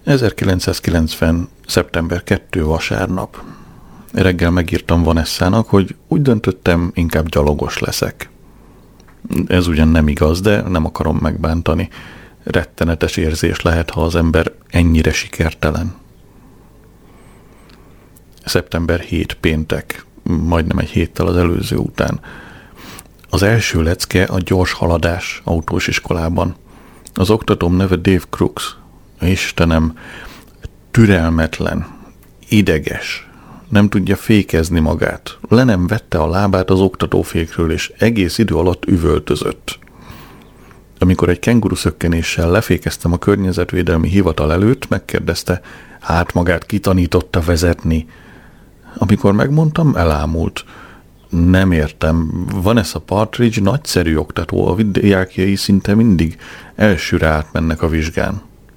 1990. szeptember 2. vasárnap. Reggel megírtam Vanessának, hogy úgy döntöttem, inkább gyalogos leszek. Ez ugyan nem igaz, de nem akarom megbántani. Rettenetes érzés lehet, ha az ember ennyire sikertelen. Szeptember 7. péntek, majdnem egy héttel az előző után. Az első lecke a gyors haladás autós iskolában. Az oktatóm neve Dave Crooks. Istenem, türelmetlen, ideges, nem tudja fékezni magát. Le nem vette a lábát az oktatófékről, és egész idő alatt üvöltözött. Amikor egy kenguruszökkenéssel lefékeztem a környezetvédelmi hivatal előtt, megkérdezte, hát magát kitanította vezetni. Amikor megmondtam, elámult. Nem értem, Vanessa Partridge nagyszerű oktató, a diákjai szinte mindig elsőre átmennek a vizsgán.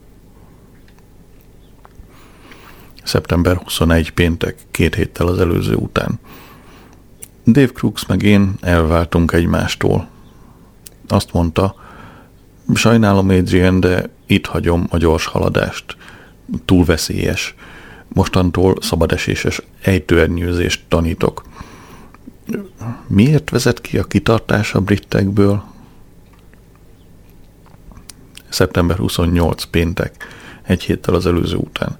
Szeptember 21. péntek, 2 héttel az előző után. Dave Crooks meg én elváltunk egymástól. Azt mondta, sajnálom Adrian, de itt hagyom a gyors haladást. Túl veszélyes. Mostantól szabadeséses ejtőernyőzést tanítok. Miért vezet ki a kitartás a britekből? Szeptember 28. péntek, 1 héttel az előző után.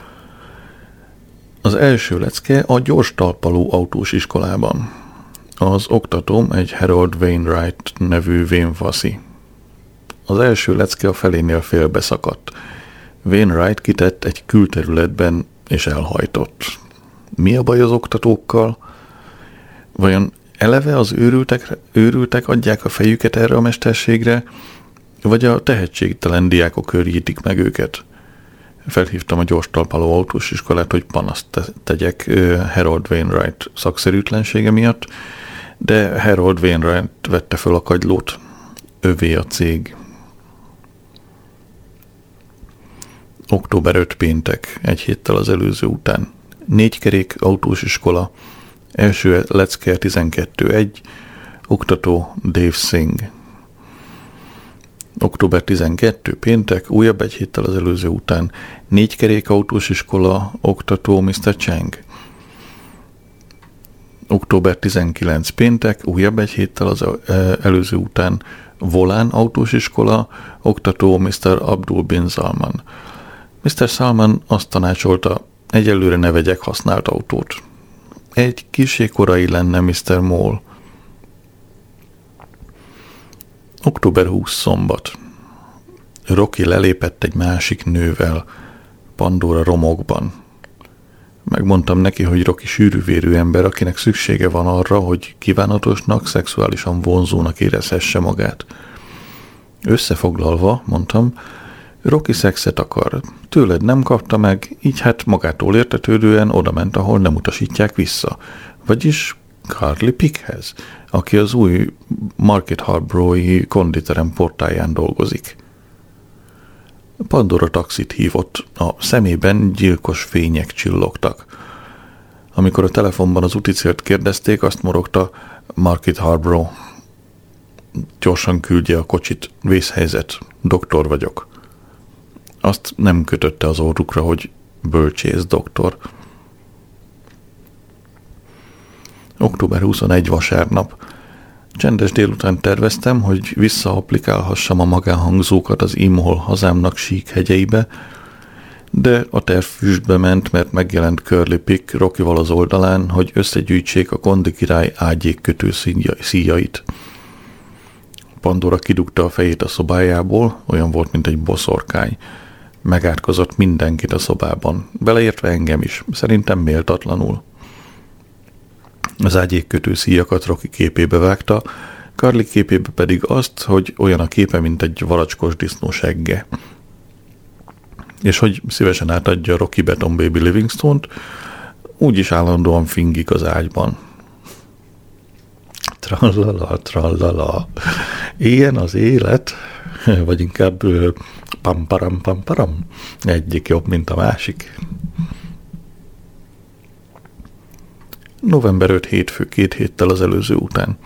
Az első lecke a gyors talpaló autós iskolában. Az oktatóm egy Harold Wainwright nevű vénfaszi. Az első lecke a felénél félbeszakadt. Wainwright kitett egy külterületben és elhajtott. Mi a baj az oktatókkal? Vajon eleve az őrültek adják a fejüket erre a mesterségre, vagy a tehetségtelen diákok őrjítik meg őket? Felhívtam a gyors talpaló autós iskolát, hogy panaszt tegyek Harold Wainwright szakszerűtlensége miatt, de Harold Wainwright vette föl a kagylót. Övé a cég. Október 5. péntek, 1 héttel az előző után. 4 kerék autós iskola. Első lecke 12.1. Oktató Dave Singh. Október 12. péntek, újabb 1 héttel az előző után. 4 kerék autós iskola, oktató Mr. Chang. Október 19. péntek, újabb 1 héttel az előző után. Volán autós iskola, oktató Mr. Abdul bin Salman. Mr. Salman azt tanácsolta, egyelőre ne vegyek használt autót. Egy kissé korai lenne Mr. Mole. Október 20. szombat. Rocky lelépett egy másik nővel, Pandora romokban. Megmondtam neki, hogy Rocky sűrűvérű ember, akinek szüksége van arra, hogy kívánatosnak, szexuálisan vonzónak érezhesse magát. Összefoglalva, mondtam, Rocky szexet akar. Tőled nem kapta meg, így hát magától értetődően odament, ahol nem utasítják vissza. Vagyis Carly Pickhez, aki az új Market Harborough-i konditerem portáján dolgozik. Pandora taxit hívott, a szemében gyilkos fények csillogtak. Amikor a telefonban az úticélt kérdezték, azt morogta, Market Harborough. Gyorsan küldje a kocsit, vészhelyzet, doktor vagyok. Azt nem kötötte az orrukra, hogy bölcsész doktor. Október 21. vasárnap. Csendes délután terveztem, hogy visszaapplikálhassam a magánhangzókat az Imhol hazámnak sík hegyeibe, de a terv füstbe ment, mert megjelent Curly Pick Rockyval az oldalán, hogy összegyűjtsék a Kondi király ágyékkötő szíjait. Pandora kidugta a fejét a szobájából, olyan volt, mint egy boszorkány. Megátkozott mindenkit a szobában, beleértve engem is, szerintem méltatlanul. Az ágyékkötő szíjakat Rocky képébe vágta, Carly képébe pedig azt, hogy olyan a képe, mint egy varacskos disznó segge. És hogy szívesen átadja Rocky Beton Baby Livingstone-t, úgyis állandóan fingik az ágyban. Trallala, trallala. Ilyen az élet, vagy inkább pamparam, pamparam. Egyik jobb, mint a másik. November 5. hétfő, 2 héttel az előző után.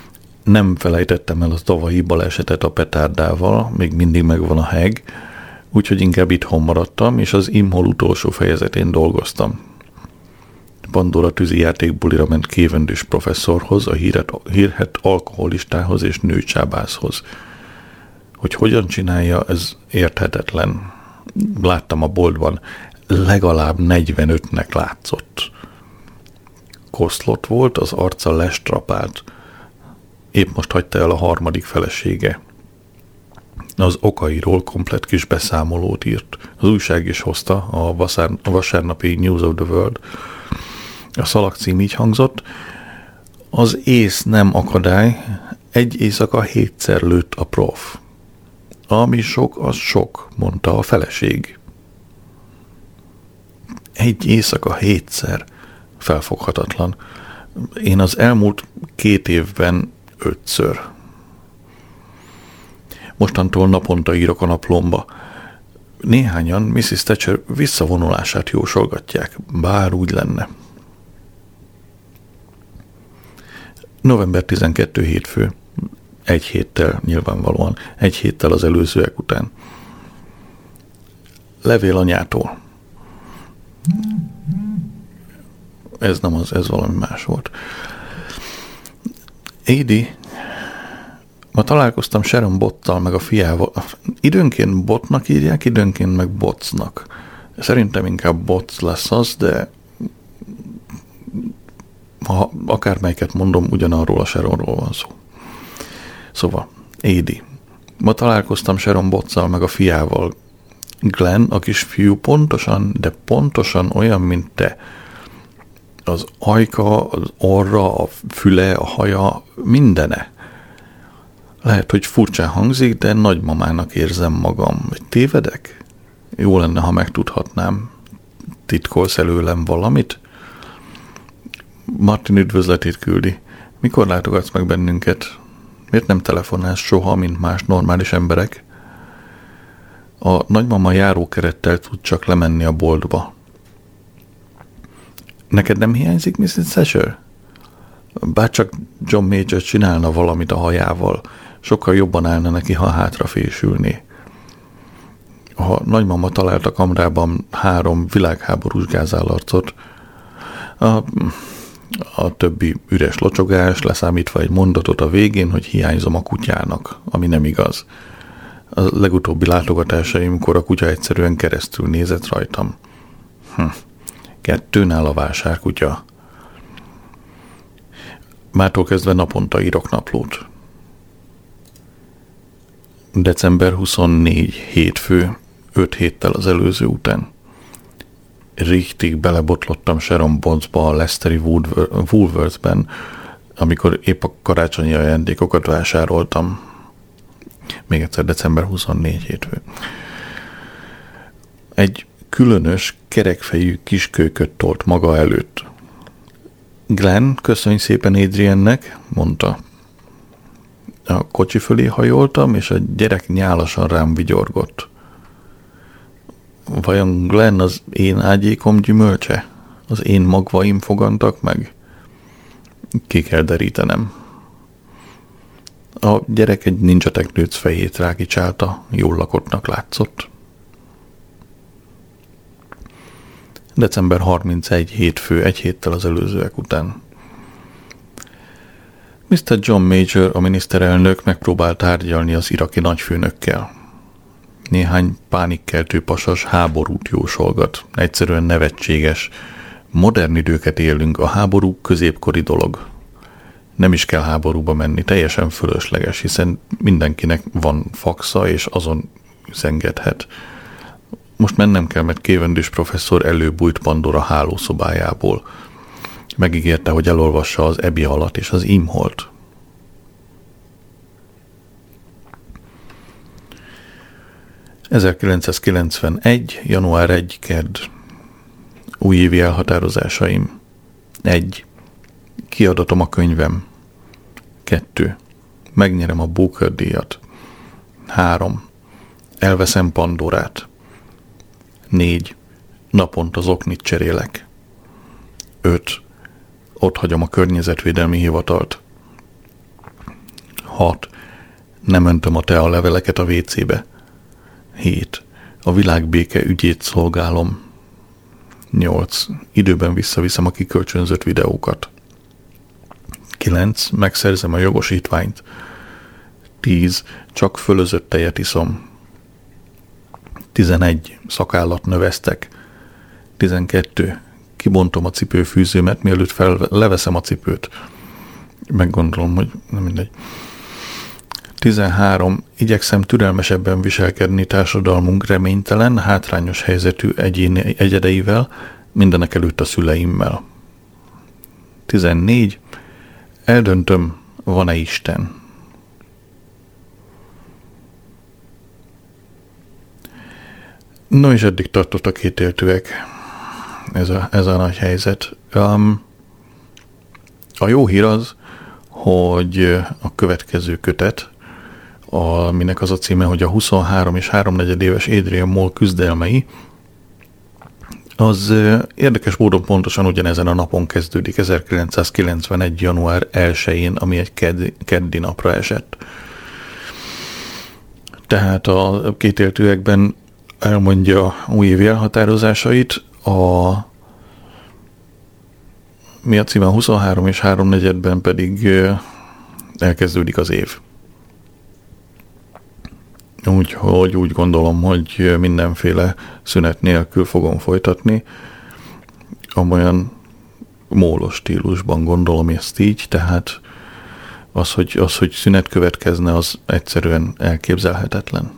Nem felejtettem el az tavalyi balesetet a petárdával, még mindig megvan a heg. Úgyhogy inkább itthon maradtam, és az Imhol utolsó fejezetén dolgoztam. Pandora tűzijátékbulira ment Cavendish professzorhoz, a hírhedt alkoholistához és nőcsábászhoz. Hogy hogyan csinálja, ez érthetetlen. Láttam a boltban, legalább 45-nek látszott. Koszlott volt, az arca lestrapált. Épp most hagyta el a harmadik felesége. Az okairól komplett kis beszámolót írt. Az újság is hozta, a vasárnapi News of the World. A szalagcím így hangzott: az ész nem akadály, egy éjszaka 7-szer lőtt a prof. Ami sok, az sok, mondta a feleség. Egy éjszaka 7-szer. Felfoghatatlan. Én az elmúlt 2 évben 5-ször. Mostantól naponta írok a naplomba. Néhányan Mrs. Thatcher visszavonulását jósolgatják, bár úgy lenne. November 12 hétfő. 1 héttel nyilvánvalóan. 1 héttel az előzőek után. Levél anyától. Ez nem az, ez valami más volt. Édi, ma találkoztam Sharon Bottal meg a fiával. Időnként Botnak írják, időnként meg Bocnak. Szerintem inkább Boc lesz az, de ha akármelyiket mondom, ugyanarról a Sharonról van szó. Szóval, Édi, ma találkoztam Sharon Bottal meg a fiával. Glenn, a kisfiú pontosan, de pontosan olyan, mint te. Az ajka, az orra, a füle, a haja, mindene. Lehet, hogy furcsán hangzik, de nagymamának érzem magam. Vagy tévedek? Jó lenne, ha megtudhatnám. Titkolsz előlem valamit? Martin üdvözletét küldi. Mikor látogatsz meg bennünket? Miért nem telefonálsz soha, mint más normális emberek? A nagymama járókerettel tud csak lemenni a boltba. Neked nem hiányzik Mrs. Thatcher? Bárcsak John Major csinálna valamit a hajával, sokkal jobban állna neki, ha hátrafésülné. A nagymama talált a kamrában 3 világháborús gázállarcot. A többi üres locsogás, leszámítva egy mondatot a végén, hogy hiányzom a kutyának, ami nem igaz. A legutóbbi látogatásaimkor a kutya egyszerűen keresztül nézett rajtam. 2 a vásárkutya. Mától kezdve naponta írok naplót. December 24 hétfő, 5 héttel az előző után. Richtig belebotlottam Sharon Bottsba a Leicesteri Woolworthben, amikor épp a karácsonyi ajándékokat vásároltam. Még egyszer december 24 hétfő. Egy különös, kerekfejű kiskölyköt tolt maga előtt. Glenn, köszönj szépen Adriennek, mondta. A kocsi fölé hajoltam, és a gyerek nyálasan rám vigyorgott. Vajon Glenn az én ágyékom gyümölcse? Az én magvaim fogantak meg? Ki kell derítenem. A gyerek egy Ninja Technőc fejét rákicsálta, jól lakottnak látszott. December 31 hétfő, 1 héttel az előzőek után. Mr. John Major, a miniszterelnök megpróbált tárgyalni az iraki nagyfőnökkel. Néhány pánikkeltő pasas háborút jósolgat. Egyszerűen nevetséges. Modern időket élünk, a háború középkori dolog. Nem is kell háborúba menni, teljesen fölösleges, hiszen mindenkinek van faxa, és azon üzengethet. Most mennem kell, mert Cavendish professzor előbújt Pandora hálószobájából. Megígérte, hogy elolvassa az Ebi alatt és az Imholt. ...1991. január 1. kedd. Újévi elhatározásaim. 1. Kiadatom a könyvem. 2. Megnyerem a Booker díjat. 3. Elveszem Pandorát. 4. Naponta zoknit cserélek. 5. Otthagyom a környezetvédelmi hivatalt. 6. Nem öntöm a tea leveleket a WC-be. 7. A világbéke ügyét szolgálom. 8. Időben visszaviszem a kikölcsönzött videókat. 9. Megszerzem a jogosítványt. 10. Csak fölözött tejet iszom. 11. Szakállat növesztek. 12. Kibontom a cipőfűzőmet, mielőtt leveszem a cipőt. Meggondolom, hogy nem mindegy. 13. Igyekszem türelmesebben viselkedni társadalmunk reménytelen, hátrányos helyzetű egyedeivel, mindenek előtt a szüleimmel. 14. Eldöntöm, van-e Isten. No, és eddig tartott a kétéltőek. Ez a nagy helyzet. A jó hír az, hogy a következő kötet, aminek az a címe, hogy a 23 és 3/4 éves Adrian Mole küzdelmei, az érdekes módon pontosan ugyanezen a napon kezdődik, 1991. január 1-én, ami egy keddi napra esett. Tehát a kétéltőekben elmondja újévi elhatározásait, mi a címe, 23 és 3/4-ben pedig elkezdődik az év. Úgyhogy úgy gondolom, hogy mindenféle szünet nélkül fogom folytatni. Amolyan mólos stílusban gondolom ezt így, tehát az, hogy szünet következne, az egyszerűen elképzelhetetlen.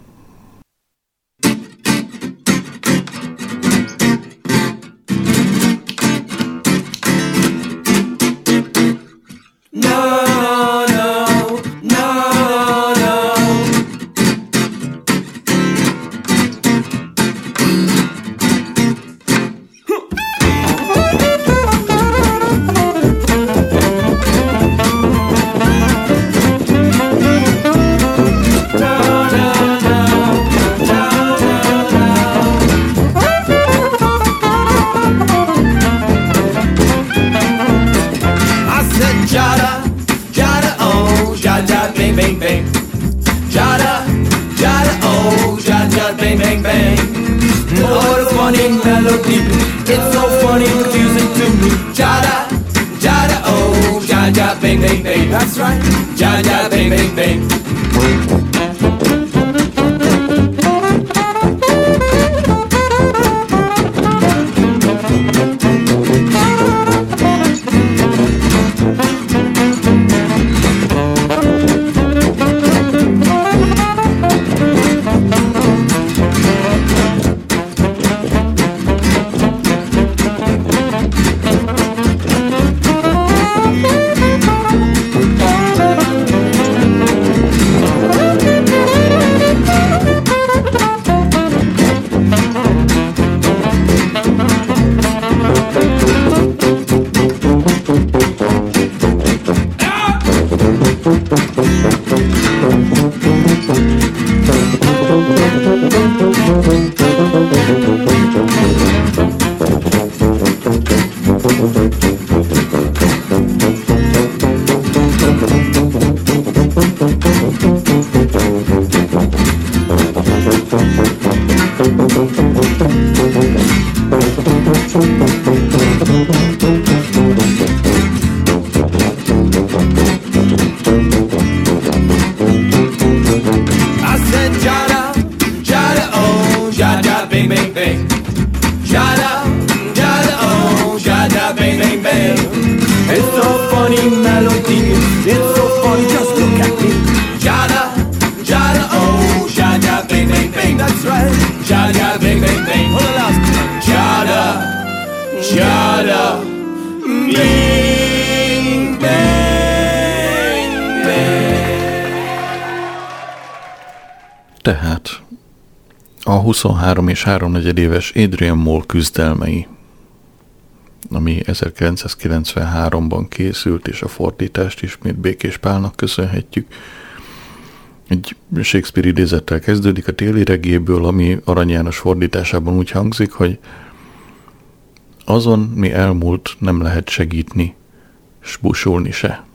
That's right. Ja, ja, bang, bang, bang. Tehát a 23 és 3/4 éves Adrian Mole küzdelmei, ami 1993-ban készült, és a fordítást ismét Békés Pálnak köszönhetjük. Egy Shakespeare idézettel kezdődik, a téli regéből, ami Arany János fordításában úgy hangzik, hogy azon, mi elmúlt, nem lehet segíteni, s busulni se.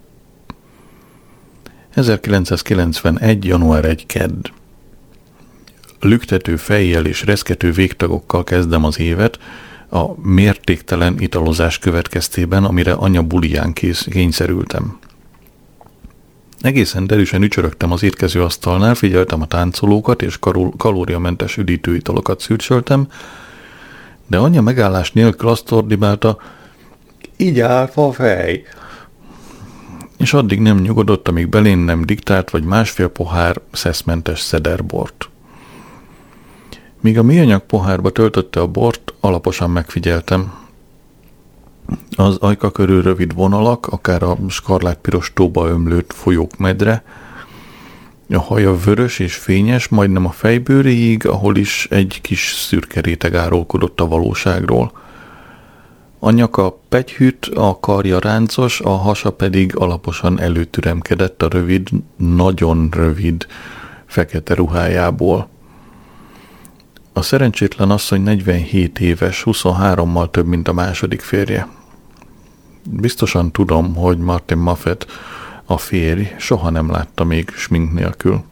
1991. január 1. kedd. lüktető fejjel és reszkető végtagokkal kezdem az évet, a mértéktelen italozás következtében, amire anya buliján kényszerültem. Egészen derűsen ücsörögtem az étkező asztalnál, figyeltem a táncolókat és kalóriamentes üdítőitalokat szürcsöltem, de anya megállás nélkül azt ordibálta, így áll a fej. És addig nem nyugodott, amíg belén nem diktált vagy másfél pohár szeszmentes szederbort. Míg a műanyag pohárba töltötte a bort, alaposan megfigyeltem. Az ajka körül rövid vonalak, akár a skarlátpiros tóba ömlőtt folyók medre, a haja vörös és fényes, majdnem a fejbőréig, ahol is egy kis szürke réteg árulkodott a valóságról. A nyaka pegyhűt, a karja ráncos, a hasa pedig alaposan előtüremkedett a rövid, nagyon rövid, fekete ruhájából. A szerencsétlen asszony 47 éves, 23-mal több, mint a második férje. Biztosan tudom, hogy Martin Moffat, a férj, soha nem látta még smink nélkül.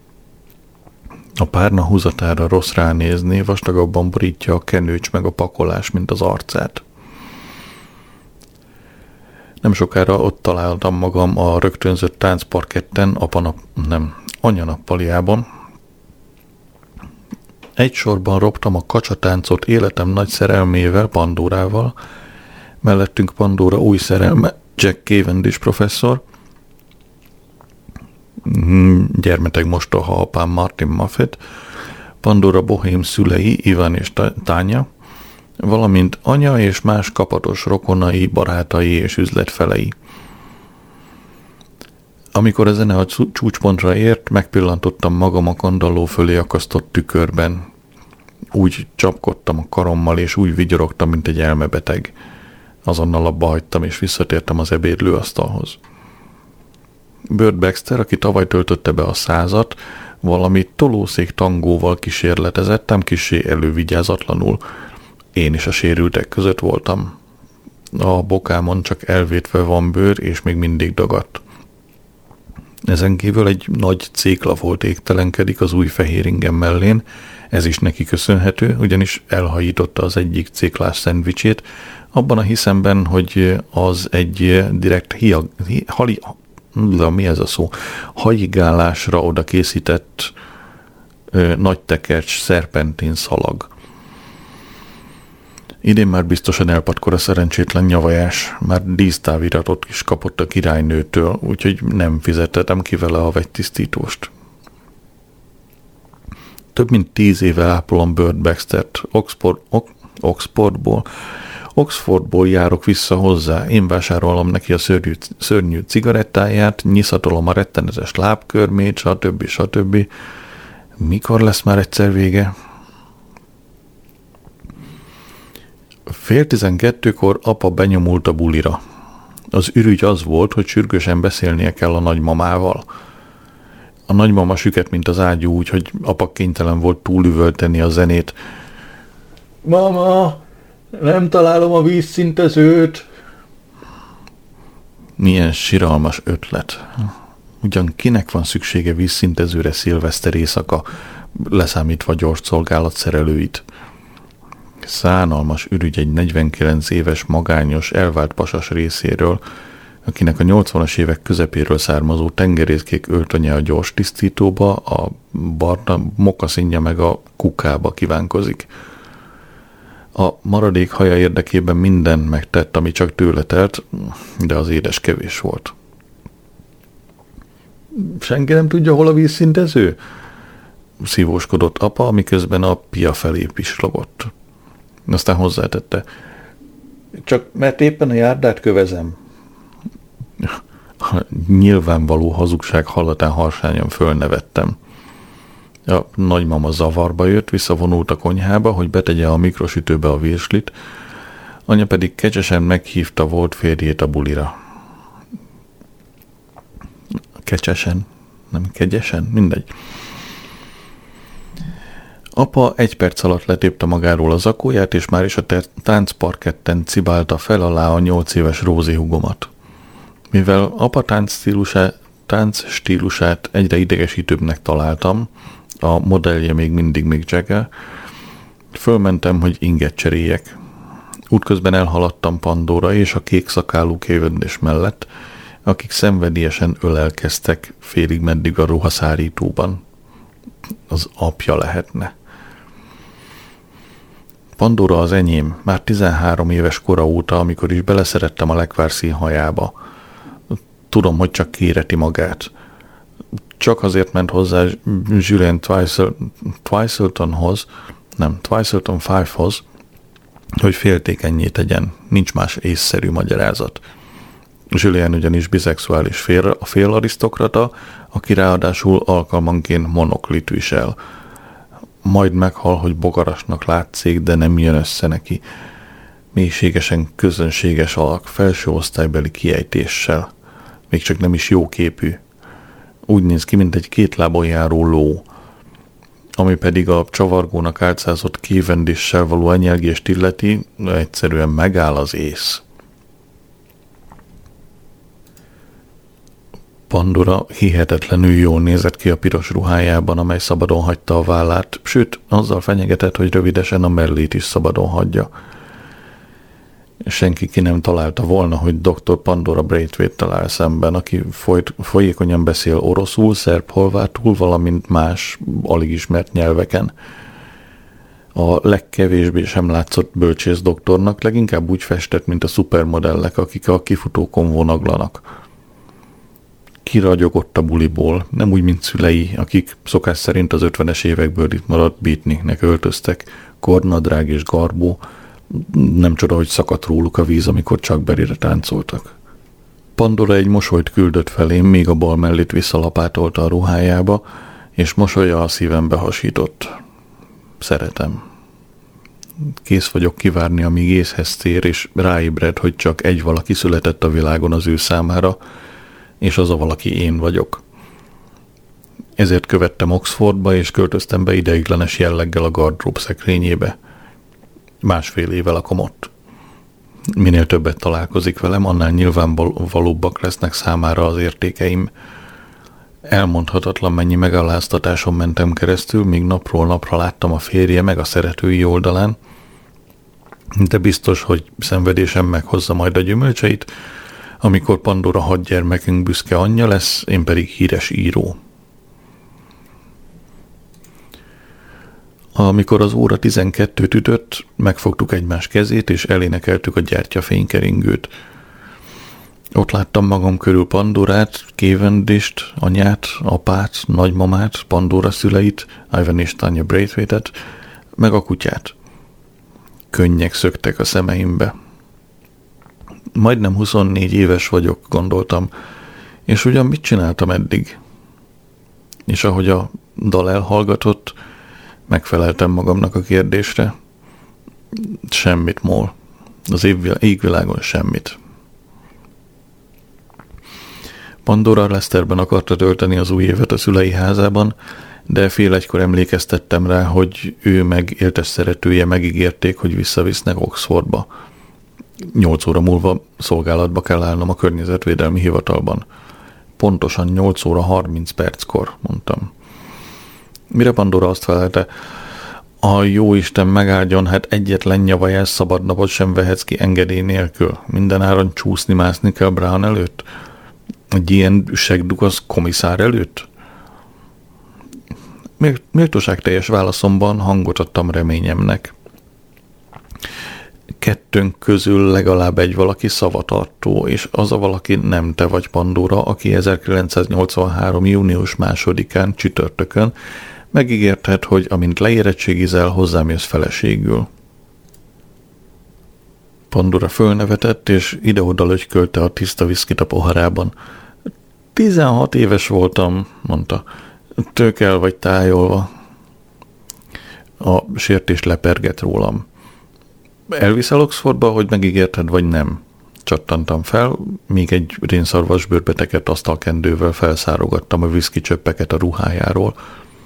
A párna húzatára rossz ránézni, vastagabban borítja a kenőcs meg a pakolás, mint az arcát. Nem sokára ott találtam magam a rögtönzött táncparketten, anya nappaliában. Egy sorban roptam a kacsatáncot életem nagy szerelmével, Pandórával, mellettünk Pandóra új szerelme, Jack Cavendish professzor, gyermeteg mostoha apám Martin Moffat, Pandóra bohém szülei, Ivan és Tanya, valamint anya és más kapatos rokonai, barátai és üzletfelei. Amikor a zene a csúcspontra ért, megpillantottam magam a kandalló fölé akasztott tükörben. Úgy csapkodtam a karommal, és úgy vigyorogtam, mint egy elmebeteg. Azonnal abba hagytam, és visszatértem az ebédlőasztalhoz. Burt Baxter, aki tavaly töltötte be a 100-at, valami tolószék tangóval kísérletezett, ám kissé elővigyázatlanul. Én is a sérültek között voltam. A bokámon csak elvétve van bőr, és még mindig dagadt. Ezen kívül egy nagy cékla volt égtelenkedik az új fehér ingem mellén, ez is neki köszönhető, ugyanis elhajította az egyik céklás szendvicsét, abban a hiszemben, hogy az egy direkt hajigálásra oda készített nagy tekercs szerpentin szalag. Idén már biztosan elpatkor a szerencsétlen nyavajás, már dísztáviratot is kapott a királynőtől, úgyhogy nem fizettetem ki vele a vegytisztítóst. Több mint 10 éve ápolom Burt Baxtert, Oxfordból járok vissza hozzá, én vásárolom neki a szörnyű cigarettáját, nyiszatolom a rettenetes lábkörmét, stb. Mikor lesz már egyszer vége? 11:30 apa benyomult a bulira. Az ürügy az volt, hogy sürgősen beszélnie kell a nagymamával. A nagymama süket, mint az ágyú, úgyhogy apa kénytelen volt túlüvölteni a zenét. Mama, nem találom a vízszintezőt. Milyen siralmas ötlet. Ugyan kinek van szüksége vízszintezőre szilveszter éjszaka, leszámítva gyors szolgálat szerelőit. Szánalmas ürügy egy 49 éves, magányos, elvált pasas részéről, akinek a 80-as évek közepéről származó tengerészkék öltönye a gyors tisztítóba, a barna mokaszínja meg a kukába kívánkozik. A maradék haja érdekében mindent megtett, ami csak tőle telt, de az édes kevés volt. Senki nem tudja, hol a vízszintező? Szívóskodott apa, miközben a pia felé pislogott. Aztán hozzátette. Csak mert éppen a járdát kövezem. A nyilvánvaló hazugság hallatán harsányan fölnevettem. A nagymama zavarba jött, visszavonult a konyhába, hogy betegye a mikrosütőbe a virslit, anya pedig kecsesen meghívta volt férjét a bulira. Kecsesen? Nem kegyesen? Mindegy. Apa 1 perc alatt letépte magáról a zakóját, és már is a táncparketten cibálta fel alá a 8 éves Rózi hugomat. Mivel apa tánc stílusát egyre idegesítőbbnek találtam, A modellje még mindig Mick Jagger. Fölmentem, hogy inget cseréljek. Útközben elhaladtam Pandora és a kék szakálú Cavendish mellett, akik szenvedélyesen ölelkeztek félig meddig a ruhaszárítóban. Az apja lehetne. Pandora az enyém, már 13 éves kora óta, amikor is beleszerettem a lekvár színhajába. Tudom, hogy csak kéreti magát. Csak azért ment hozzá Julian Twiseltonhoz, Twiselton Five-hoz, hogy féltékennyé tegyen. Nincs más észszerű magyarázat. Julian ugyanis biszexuális félarisztokrata, aki ráadásul alkalmanként monoklit visel. Majd meghal, hogy bogarasnak látszik, de nem jön össze neki. Mélységesen közönséges alak, felső osztálybeli kiejtéssel. Még csak nem is jó képű. Úgy néz ki, mint egy két lábon járó ló. Ami pedig a csavargónak álcázott Cavendissel való enyelgést illeti, egyszerűen megáll az ész. Pandora hihetetlenül jól nézett ki a piros ruhájában, amely szabadon hagyta a vállát, sőt, azzal fenyegetett, hogy rövidesen a mellét is szabadon hagyja. Senki ki nem találta volna, hogy dr. Pandora Braithwaite-tel áll szemben, aki folyékonyan beszél oroszul, szerb-horvátul, valamint más, alig ismert nyelveken. A legkevésbé sem látszott bölcsész doktornak, leginkább úgy festett, mint a szupermodellek, akik a kifutókon vonaglanak. Kiragyogott a buliból, nem úgy, mint szülei, akik szokás szerint az 50-es évekből itt maradt beatniknek öltöztek, kornadrág és garbó, nem csoda, hogy szakadt róluk a víz, amikor Chuck Berryre táncoltak. Pandora egy mosolyt küldött felém, még a bal mellét visszalapátolta a ruhájába, és mosolya a szívembe hasított. Szeretem. Kész vagyok kivárni, amíg észhez tér, és ráébred, hogy csak egy valaki született a világon az ő számára, és az a valaki én vagyok. Ezért követtem Oxfordba, és költöztem be ideiglenes jelleggel a gardrób szekrényébe. 1,5 éve lakom ott. Minél többet találkozik velem, annál nyilvánvalóbbak lesznek számára az értékeim. Elmondhatatlan mennyi megaláztatáson mentem keresztül, míg napról napra láttam a férje meg a szeretői oldalán, de biztos, hogy szenvedésem meghozza majd a gyümölcseit, amikor Pandora 6 gyermekünk büszke anyja lesz, én pedig híres író. Amikor az óra 12-t ütött, megfogtuk egymás kezét, és elénekeltük a gyertyafénykeringőt. Ott láttam magam körül Pandorát, Cavendist, anyát, apát, nagymamát, Pandora szüleit, Ivan és Tanya Braithwaite-et, meg a kutyát. Könnyek szöktek a szemeimbe. Majdnem 24 éves vagyok, gondoltam, és ugyan mit csináltam eddig? És ahogy a dal elhallgatott, megfeleltem magamnak a kérdésre. Semmit, Mól. Az égvilágon semmit. Pandora Leicesterben akarta tölteni az új évet a szülei házában, de fél egykor emlékeztettem rá, hogy ő meg éltes szeretője megígérték, hogy visszavisznek Oxfordba. 8 óra múlva szolgálatba kell állnom a környezetvédelmi hivatalban. Pontosan 8 óra 30 perckor, mondtam. Mire Pandora azt felelte, a jóisten megáldjon, hát egyetlen nyavajás szabadnapot sem vehetsz ki engedély nélkül. Mindenáron csúszni-mászni kell Brown előtt? Egy ilyen segdugasz komisszár előtt? Méltóságteljes válaszomban hangot adtam reményemnek. Kettőnk közül legalább egy valaki szavatartó, és az a valaki nem te vagy, Pandora, aki 1983. június 2-án csütörtökön megígérted, hogy amint leérettségizel, hozzám jössz feleségül. Pandora fölnevetett, és ide-oda lötykölte a tiszta viszkit a poharában. 16 éves voltam, mondta. Tök el vagy tájolva. A sértés lepergett rólam. Elviszel Oxfordba, hogy megígérted, vagy nem? Csattantam fel, míg egy rénszarvasbőrbe tekert asztalkendővel felszárogattam a viszki csöppeket a ruhájáról.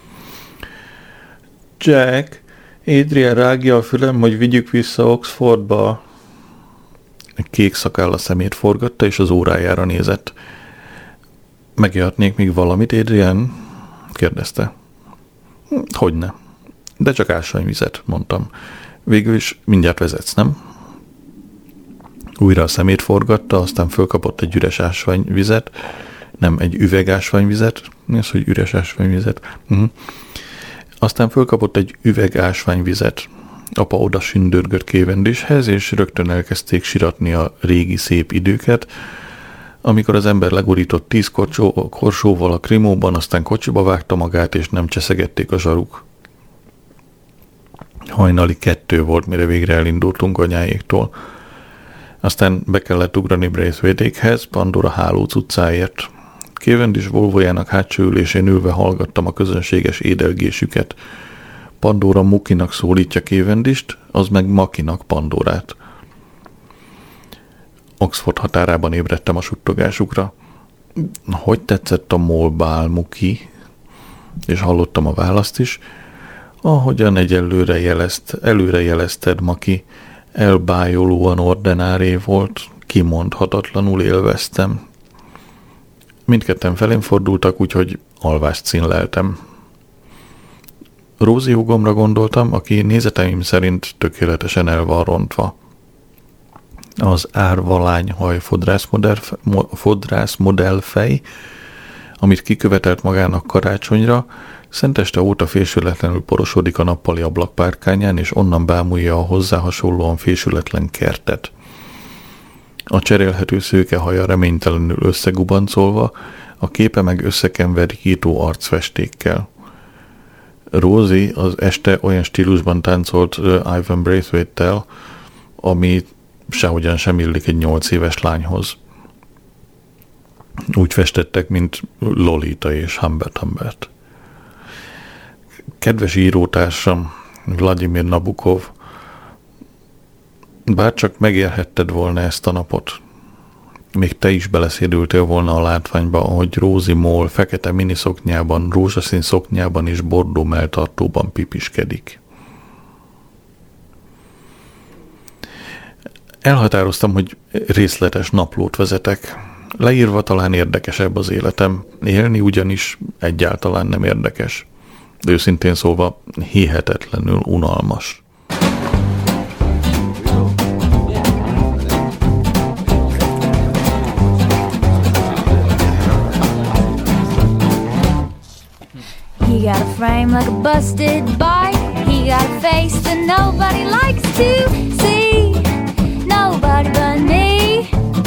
Jack, Adrian rágja a fülem, hogy vigyük vissza Oxfordba. Kék szakáll a szemét forgatta, és az órájára nézett. Megjöhetnék még valamit, Adrian? Kérdezte. Hogyne. De csak ásványvizet, mondtam. Végül is mindjárt vezetsz, nem? Újra a szemét forgatta, aztán fölkapott egy üres ásványvizet, nem, egy üveg ásványvizet. Mi az, hogy üres ásványvizet? Aztán fölkapott egy üveg ásványvizet. Apa oda sündörgött Cavendishhez, és rögtön elkezdték siratni a régi szép időket, amikor az ember legurított 10 korsóval a krimóban, aztán kocsiba vágta magát, és nem cseszegették a zsaruk. Hajnali 2 volt, mire végre elindultunk anyáéktól. Aztán be kellett ugrani Braithwaite-ékhez, Pandora hálóc utcáért. Cavendish Volvojának hátsó ülésén ülve hallgattam a közönséges édelgésüket. Pandora Mukinak szólítja Cavendist, az meg Makinak Pandorát. Oxford határában ébredtem a suttogásukra. Hogy tetszett a molbál, Muki? És hallottam a választ is. Ahogyan egy előre jelezted, Maki, elbájolóan ordenáré volt, kimondhatatlanul élveztem. Mindketten felém fordultak, úgyhogy alvást színleltem. Rózi húgomra gondoltam, aki nézeteim szerint tökéletesen el van rontva. Az árvalányhaj fodrász modellfej, amit kikövetelt magának karácsonyra, szenteste óta fésületlenül porosodik a nappali ablakpárkányán, és onnan bámulja a hozzá hasonlóan fésületlen kertet. A cserélhető szőke haja reménytelenül összegubancolva, a képe meg összekenve rikító arcfestékkel. Rosie az este olyan stílusban táncolt Ivan Braithwaite-tel, ami sehogyan sem illik egy 8 éves lányhoz. Úgy festettek, mint Lolita és Humbert. Kedves írótársam, Vladimir Nabokov, bárcsak megérhetted volna ezt a napot. Még te is beleszédültél volna a látványba, ahogy Rosie Moll fekete miniszoknyában, rózsaszín szoknyában és bordó melltartóban pipiskedik. Elhatároztam, hogy részletes naplót vezetek. Leírva talán érdekesebb az életem, élni ugyanis egyáltalán nem érdekes. De őszintén szólva hihetetlenül unalmas. He got a frame like a busted bike. He got a face that nobody likes to see. Nobody but me.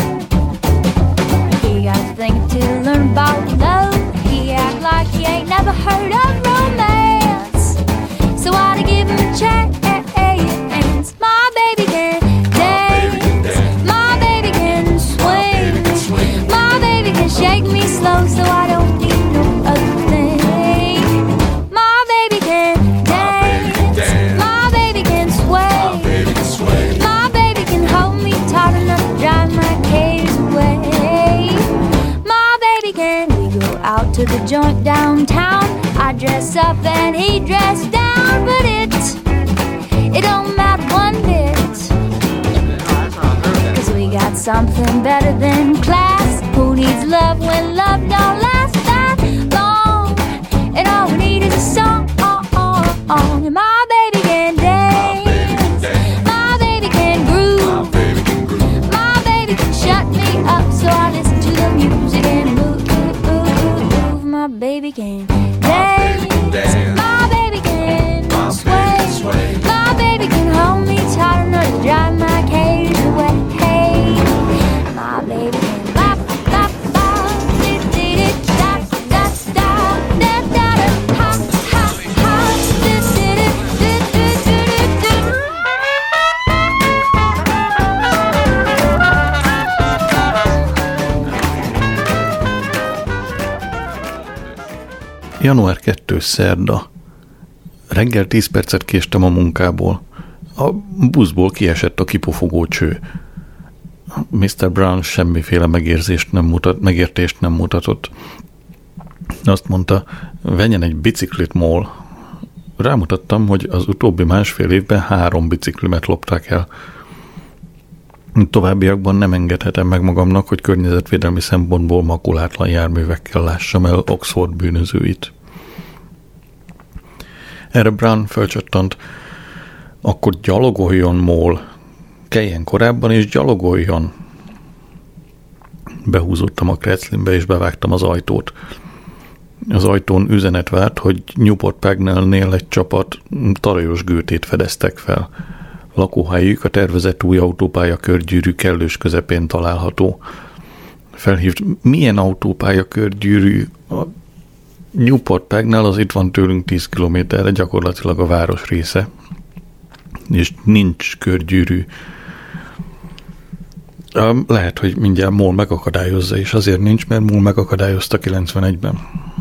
He got a thing to learn about love. He act like he ain't never heard of romance. So I to give him a chance. My baby can dance. My baby can swing. My baby can shake me slow so I don't need no other thing. My baby can dance. My baby can sway. My baby can hold me tight enough to drive my cares away. My baby can. We go out to the joint downtown. I dress up and he dress down, but it don't matter one bit. 'Cause we got something better than class. Who needs love when love don't last that long? And all we need is a song. And my baby can dance. My baby can groove. My baby can shut me up so I listen to the music and move. My baby can dance. My baby can sway. My baby can hold me tight enough to drive my cares away. My baby can bop, bop, bop, did da da da da da da ha ha ha did Január 2. szerda. Reggel 10 percet késtem a munkából. A buszból kiesett a kipufogó cső. Mr. Brown semmiféle megértést nem mutatott. Azt mondta, vegyen egy biciklit, Moll. Rámutattam, hogy az utóbbi másfél évben 3 biciklimet lopták el. Továbbiakban nem engedhetem meg magamnak, hogy környezetvédelmi szempontból makulátlan járművekkel lássam el Oxford bűnözőit. Erre Brown fölcsattant, akkor gyalogoljon, Mól. Keljen korábban és gyalogoljon. Behúzottam a Kretzlinbe és bevágtam az ajtót. Az ajtón üzenet várt, hogy Newport Pagnellnél egy csapat tarajos gőtét fedeztek fel. Lakóhelyük a tervezett új autópálya körgyűrű kellős közepén található. Felhívt, milyen autópálya körgyűrű? A Newport Pagnell az itt van tőlünk 10 kilométerre, gyakorlatilag a város része. És nincs körgyűrű. Lehet, hogy mindjárt Mól megakadályozza, és azért nincs, mert Mól megakadályozta 91-ben.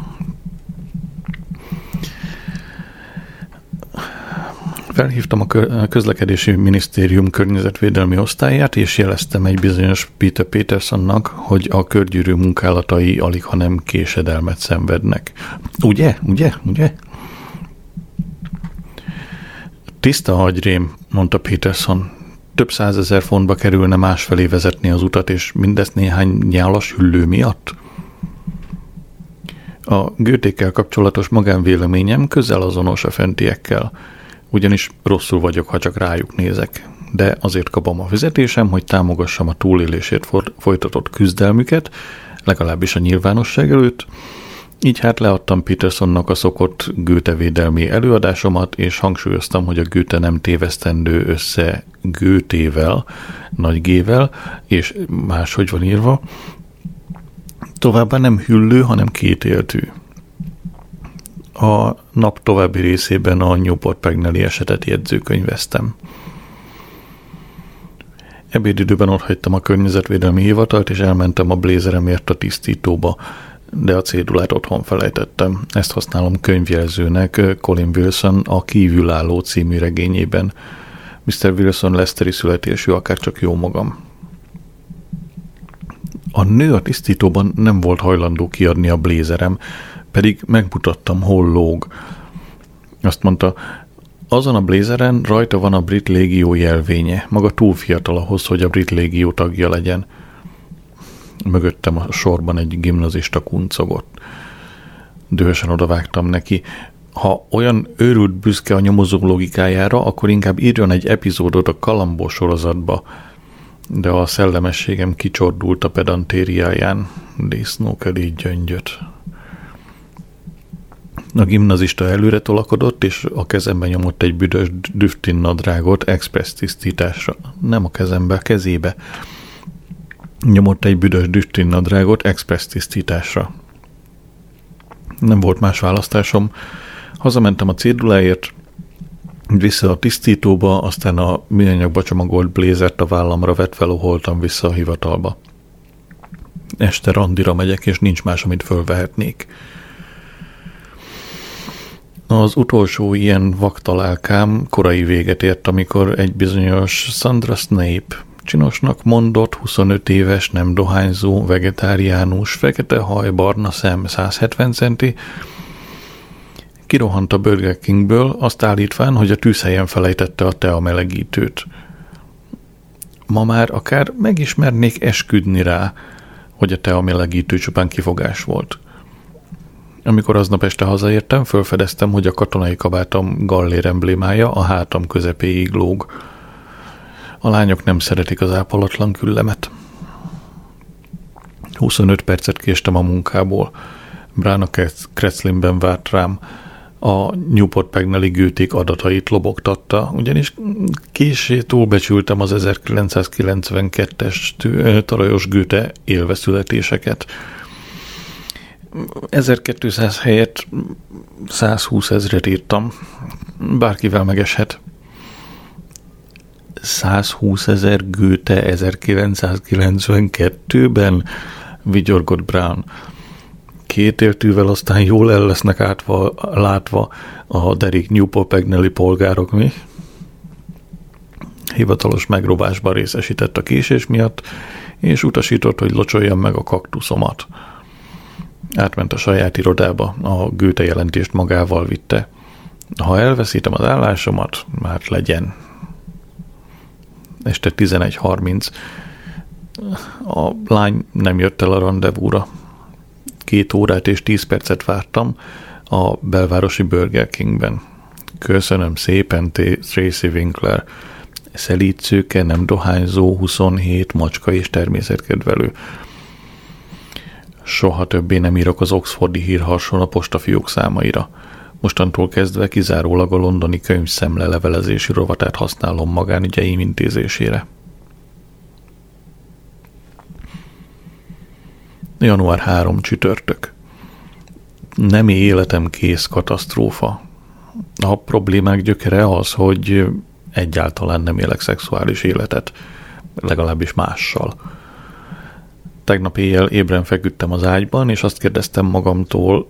Felhívtam a közlekedési minisztérium környezetvédelmi osztályát, és jeleztem egy bizonyos Peter Petersonnak, hogy a körgyűrű munkálatai alig, ha nem késedelmet szenvednek. Ugye? Tiszta agyrém, mondta Peterson. Több 100 000 fontba kerülne másfelé vezetni az utat, és mindezt néhány nyálas hüllő miatt? A gőtékkel kapcsolatos magánvéleményem közel azonos a fentiekkel, ugyanis rosszul vagyok, ha csak rájuk nézek, de azért kapom a fizetésem, hogy támogassam a túlélésért folytatott küzdelmüket, legalábbis a nyilvánosság előtt, így hát leadtam Petersonnak a szokott Goethe-védelmi előadásomat, és hangsúlyoztam, hogy a Goethe nem tévesztendő össze Goethével, nagy G-vel, és máshogy van írva. Továbbá nem hüllő, hanem kétéltű. A nap további részében a Newport Pagnelli esetet jegyzőkönyveztem. Ebédidőben otthagytam a környezetvédelmi hivatalt, és elmentem a blézeremért a tisztítóba, de a cédulát otthon felejtettem. Ezt használom könyvjelzőnek Colin Wilson a Kívülálló című regényében. Mr. Wilson Leicesteri születésű, akárcsak jó magam. A nő a tisztítóban nem volt hajlandó kiadni a blézerem, pedig megmutattam, hol lóg. Azt mondta, azon a blézeren rajta van a brit légió jelvénye, maga túl fiatal ahhoz, hogy a brit légió tagja legyen. Mögöttem a sorban egy gimnazista kuncogott. Dühösen odavágtam neki. Ha olyan őrült büszke a nyomozó logikájára, akkor inkább írjon egy epizódot a Kalambó sorozatba. De a szellemességem kicsordult a pedantériáján. Disznókeli gyöngyöt. A gimnazista előre tolakodott, és a kezembe nyomott egy büdös düftin nadrágot express tisztításra. Nem a kezembe, a kezébe. Nyomott egy büdös düftin nadrágot express tisztításra. Nem volt más választásom. Hazamentem a céduláért, vissza a tisztítóba, aztán a műanyagba csomagolt blézert a vállamra vetve loholtam vissza a hivatalba. Este randira megyek, és nincs más, amit fölvehetnék. Az utolsó ilyen vaktalálkám korai véget ért, amikor egy bizonyos Sandra Snape, csinosnak mondott, 25 éves, nem dohányzó, vegetáriánus, fekete haj, barna szem, 170 centi, kirohant a Burger Kingből, azt állítván, hogy a tűzhelyen felejtette a teamelegítőt. Ma már akár megismernék esküdni rá, hogy a teamelegítő csupán kifogás volt. Amikor aznap este hazaértem, fölfedeztem, hogy a katonai kabátom gallér emblémája a hátam közepéig lóg. A lányok nem szeretik az ápolatlan küllemet. 25 percet késtem a munkából. Brown a Kretzlinben várt rám. A Newport Pagnelli gőték adatait lobogtatta, ugyanis késő túlbecsültem az 1992-es tarajos Goethe élveszületéseket. 1200 helyett 120 000 írtam. Bárkivel megeshet. 120 000 Goethe 1992-ben, vigyorgott Brown. Kétéltűvel aztán jól el lesznek látva a derék Newport Pagnelli polgárok, mi? Hivatalos megrobásban részesített a késés miatt, és utasított, hogy locsoljam meg a kaktuszomat. Átment a saját irodába, a Goethe jelentést magával vitte. Ha elveszítem az állásomat, már legyen. Este 11:30. A lány nem jött el a randevúra. 2 órát és 10 percet vártam a belvárosi Burger Kingben. Köszönöm szépen, Tracy Winkler. Szelídszőke, nem dohányzó, 27, macska és természetkedvelő. Soha többé nem írok az Oxfordi hírharson a postafiók számaira. Mostantól kezdve kizárólag a londoni könyvszemle levelezési rovatát használom magánügyeim intézésére. Január 3 csütörtök. Nem életem kész katasztrófa. A problémák gyökere az, hogy egyáltalán nem élek szexuális életet, legalábbis mással. Tegnap éjjel ébren feküdtem az ágyban, és azt kérdeztem magamtól,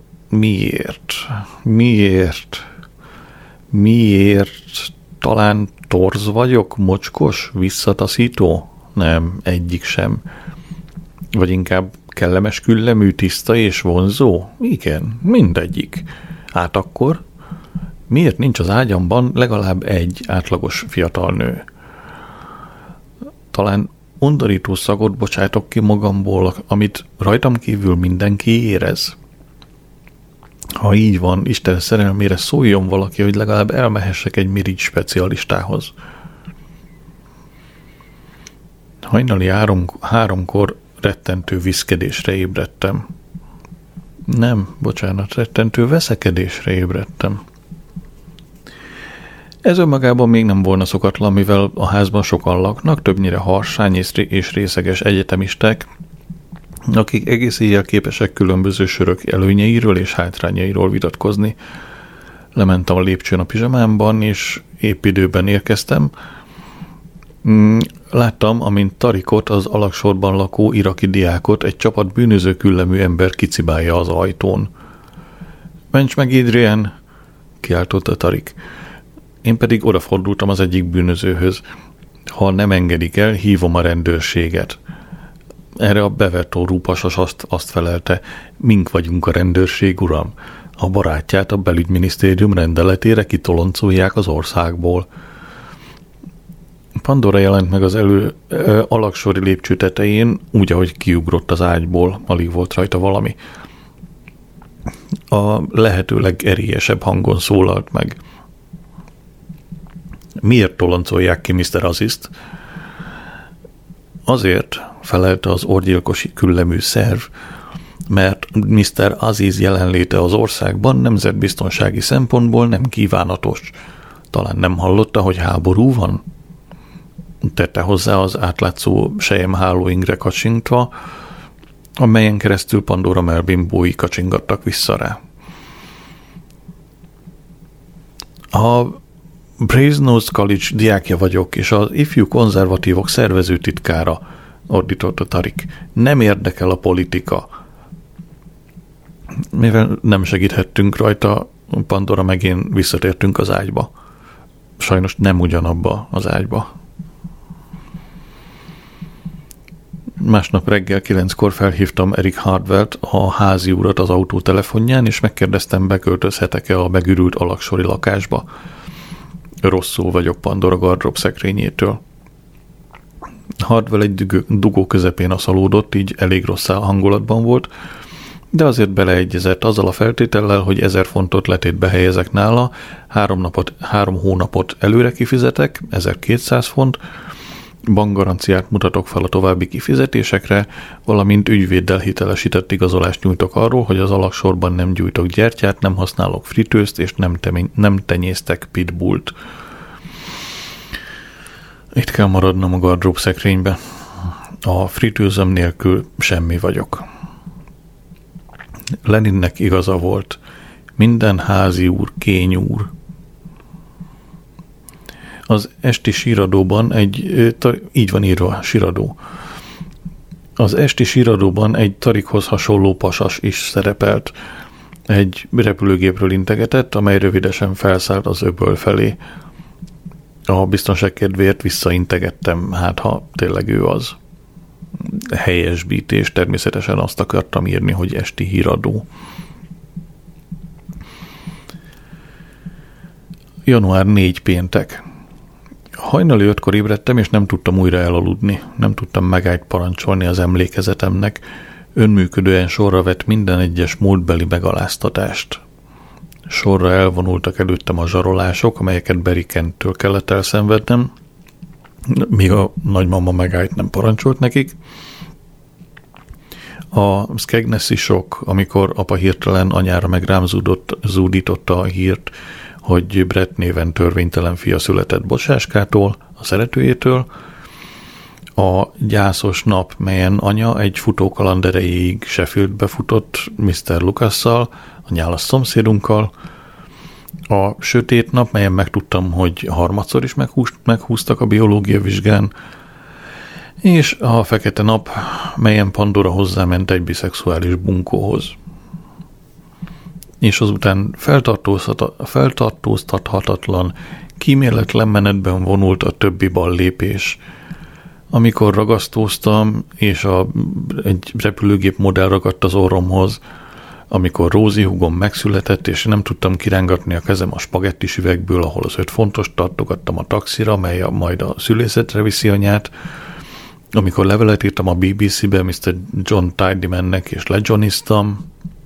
miért? Talán torz vagyok, mocskos, visszataszító? Nem, egyik sem. Vagy inkább kellemes küllemű, tiszta és vonzó? Igen, mindegyik. Hát akkor miért nincs az ágyamban legalább egy átlagos fiatal nő? Talán undorító szagot bocsátok ki magamból, amit rajtam kívül mindenki érez. Ha így van, Isten szerelmére szóljon valaki, hogy legalább elmehessek egy mirigy specialistához. Hajnali 3-kor rettentő viszkedésre ébredtem. Nem, bocsánat, rettentő veszekedésre ébredtem. Ez önmagában még nem volna szokatlan, mivel a házban sokan laknak, többnyire harsány és részeges egyetemisták, akik egész éjjel képesek különböző sörök előnyeiről és hátrányairól vitatkozni. Lementem a lépcsőn a pizsamámban, és épp időben érkeztem. Láttam, amint Tarikot, az alagsorban lakó iraki diákot egy csapat bűnöző küllemű ember kicibálja az ajtón. Ments meg, Adrian! Kiáltotta Tarik. Én pedig odafordultam az egyik bűnözőhöz. Ha nem engedik el, hívom a rendőrséget. Erre a bevertó rúpasas azt felelte, mink vagyunk a rendőrség, uram. A barátját a belügyminisztérium rendeletére kitoloncolják az országból. Pandora jelent meg az alaksori lépcső tetején, úgy, ahogy kiugrott az ágyból, alig volt rajta valami. A lehető legerélyesebb hangon szólalt meg. Miért toloncolják ki Mr. Azist? Azért, felelte az orgyilkosi küllemű szerv, mert Mr. Aziz jelenléte az országban nemzetbiztonsági szempontból nem kívánatos. Talán nem hallotta, hogy háború van? Tette hozzá az átlátszó selyemhálóingre kacsintva, amelyen keresztül Pandora melbimbói kacsingattak vissza rá. A Brasenose College diákja vagyok, és az ifjú konzervatívok szervező titkára, ordította Tarik. Nem érdekel a politika. Mivel nem segíthettünk rajta, Pandora meg én visszatértünk az ágyba. Sajnos nem ugyanabba az ágyba. Másnap reggel 9-kor felhívtam Eric Hardwell-t, a házi urat az autótelefonján, és megkérdeztem, beköltözhetek-e a megürült alaksori lakásba. Rosszul vagyok Pandora gardrób szekrényétől. Hardwell egy dugó közepén aszalódott, így elég rossz hangulatban volt, de azért beleegyezett azzal a feltétellel, hogy 1000 fontot letétbe helyezek nála, 3 hónapot előre kifizetek, 1200 font, bankgaranciát mutatok fel a további kifizetésekre, valamint ügyvéddel hitelesített igazolást nyújtok arról, hogy az alaksorban nem gyújtok gyertyát, nem használok fritőzt, és nem tenyésztek pitbullt. Itt kell maradnom a gardrób szekrénybe. A fritőzöm nélkül semmi vagyok. Leninnek igaza volt. Minden házi úr, kény úr. Az esti síradóban így van írva, síradó. Az esti síradóban egy Tarikhoz hasonló pasas is szerepelt. Egy repülőgépről integetett, amely rövidesen felszállt az öböl felé. A biztonság kedvéért visszaintegettem, hát ha tényleg ő az. Helyesbítés, természetesen azt akartam írni, hogy esti híradó. Január 4 péntek. Hajnali 5-kor ébredtem, és nem tudtam újra elaludni. Nem tudtam megállt parancsolni az emlékezetemnek. Önműködően sorra vett minden egyes múltbeli megaláztatást. Sorra elvonultak előttem a zsarolások, amelyeket Barry Kenttől kellett elszenvednem, míg a nagymama megállt, nem parancsolt nekik. A Skegnessy sok, amikor apa hirtelen anyára meg rám zúdította a hírt, hogy Brett néven törvénytelen fia született Bocsáskától, a szeretőjétől. A gyászos nap, melyen anya egy futókaland erejéig Sheffieldbe futott Mr. Lucasszal, a nyálas szomszédunkkal. A sötét nap, melyen megtudtam, hogy harmadszor is meghúztak a biológia vizsgán, és a fekete nap, melyen Pandora hozzáment egy biszexuális bunkóhoz. És azután feltartóztathatatlan, kíméletlen menetben vonult a többi ballépés. Amikor ragasztóztam, és egy repülőgép modell ragadt az orromhoz, amikor Rózi húgom megszületett, és nem tudtam kirángatni a kezem a spagettis üvegből, ahol az 5 fontos tartogattam a taxira, mely majd a szülészetre viszi anyát, amikor levelet írtam a BBC-be Mr. John Tidymannek, és lejohniztam,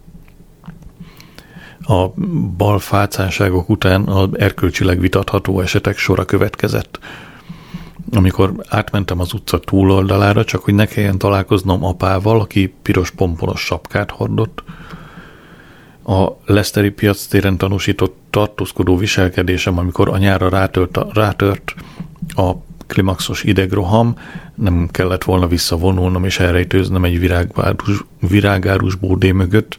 a balfácánságok után az erkölcsileg vitatható esetek sora következett. Amikor átmentem az utca túloldalára, csak hogy ne kelljen találkoznom apával, aki piros pomponos sapkát hordott, a Leicesteri piactéren tanúsított tartózkodó viselkedésem, amikor anyára rátört a klimaxos idegroham, nem kellett volna visszavonulnom és elrejtőznem egy virágárus bódé mögött.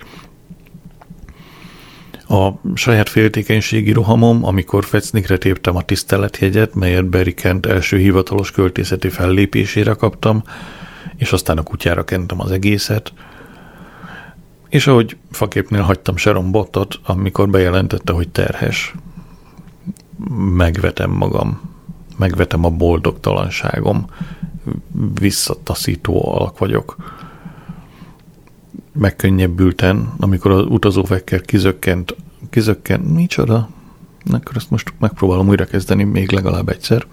A saját féltékenységi rohamom, amikor fecnikre téptem a tiszteletjegyet, melyet Barry Kent első hivatalos költészeti fellépésére kaptam, és aztán a kutyára kentem az egészet. És ahogy faképnél hagytam Sharon Bottot, amikor bejelentette, hogy terhes. Megvetem magam. Megvetem a boldogtalanságom. Visszataszító alak vagyok. Megkönnyebbülten, amikor az utazóvekker kizökkent, micsoda? Akkor ezt most megpróbálom újra kezdeni még legalább egyszer.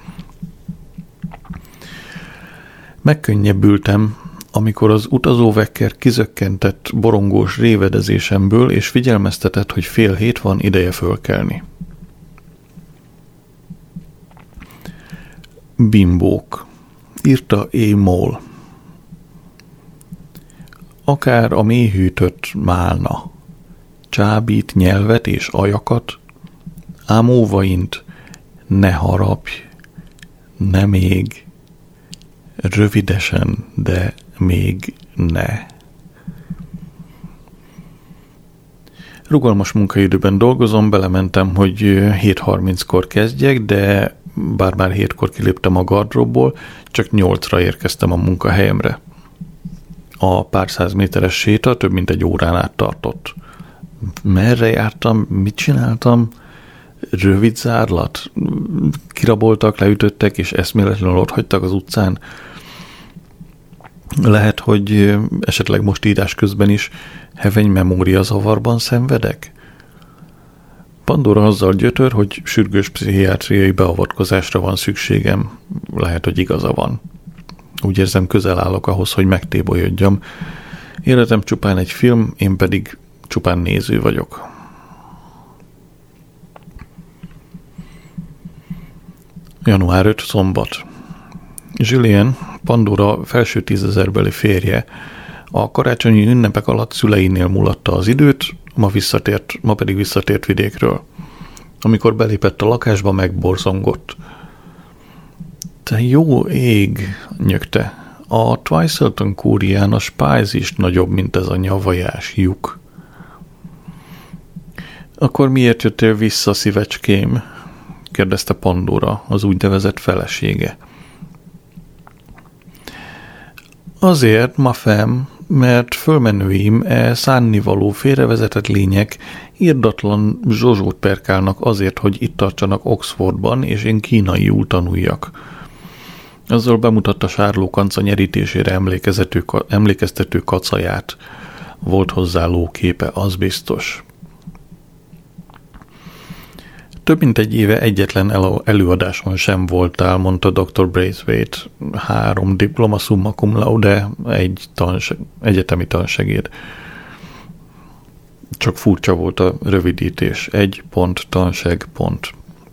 Megkönnyebbültem, amikor az utazóvekker kizökkentett borongós révedezésemből, és figyelmeztetett, hogy 6:30 van, ideje fölkelni. Bimbók. Írta A. Moll. Akár a mélyhűtött málna, csábít nyelvet és ajakat, ám óvaint, ne harapj, ne még, rövidesen, de még ne. Rugalmas munkaidőben dolgozom, belementem, hogy 7:30-kor kezdjek, de bár már 7-kor kiléptem a gardróbból, csak 8-ra érkeztem a munkahelyemre. A pár száz méteres séta több mint egy órán át tartott. Merre jártam, mit csináltam? Rövid zárlat? Kiraboltak, leütöttek, és eszméletlenül ott hagytak az utcán? Lehet, hogy esetleg most írás közben is heveny memóriazavarban szenvedek? Pandora azzal gyötör, hogy sürgős pszichiátriai beavatkozásra van szükségem. Lehet, hogy igaza van. Úgy érzem, közel állok ahhoz, hogy megtébolyodjam. Életem csupán egy film, én pedig csupán néző vagyok. Január 5. szombat. Julien, Pandora felső 10 000-beli férje, a karácsonyi ünnepek alatt szüleinél mulatta az időt, ma pedig visszatért vidékről. Amikor belépett a lakásba, megborzongott. Te jó ég, nyögte. A Twiselton kúrián a spájz is nagyobb, mint ez a nyavajás lyuk. Akkor miért jöttél vissza, szívecském? Kérdezte Pandora, az úgynevezett felesége. Azért, ma fem, mert fölmenőim szánnivaló félrevezetett lények irdatlan zsozsót perkálnak azért, hogy itt tartsanak Oxfordban, és én kínaiul tanuljak. Azzal bemutatta Sárló kanca nyerítésére emlékeztető kacaját. Volt hozzá lóképe, az biztos. Több mint egy éve egyetlen előadáson sem voltál, mondta Dr. Braithwaite. 3 diploma summa cum laude, egy egyetemi tansegéd. Csak furcsa volt a rövidítés. 1 pont, tanság pont.